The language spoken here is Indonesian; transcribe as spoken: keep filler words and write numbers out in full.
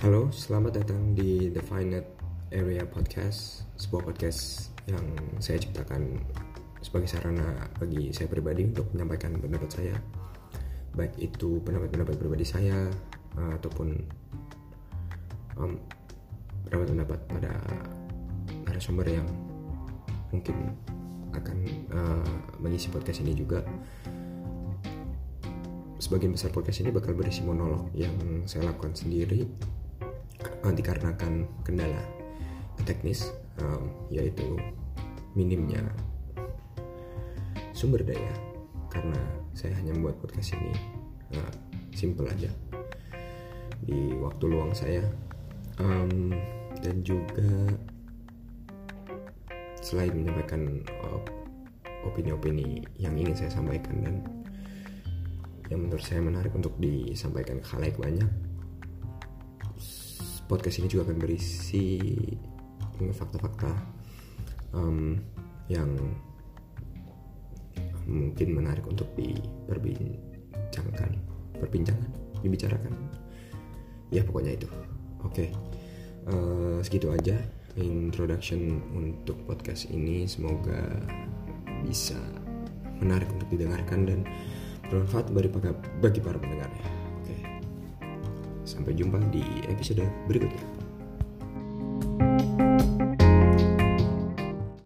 Halo, selamat datang di The Finite Area Podcast, sebuah podcast yang saya ciptakan sebagai sarana bagi saya pribadi untuk menyampaikan pendapat saya, baik itu pendapat-pendapat pribadi saya uh, ataupun um, pendapat-pendapat pada narasumber yang mungkin akan uh, mengisi podcast ini juga. Sebagian besar podcast ini bakal berisi monolog yang saya lakukan sendiri dikarenakan kendala teknis, um, yaitu minimnya sumber daya, karena saya hanya membuat podcast ini uh, simple aja di waktu luang saya, um, dan juga selain menyampaikan uh, opini-opini yang ingin saya sampaikan dan yang menurut saya menarik untuk disampaikan ke khalayak banyak, podcast ini juga akan berisi fakta-fakta um, yang mungkin menarik untuk diperbincangkan, perbincangan, dibicarakan. Ya pokoknya itu. Oke, okay. uh, segitu aja introduction untuk podcast ini. Semoga bisa menarik untuk didengarkan dan bermanfaat bagi para pendengarnya. Sampai jumpa di episode berikutnya.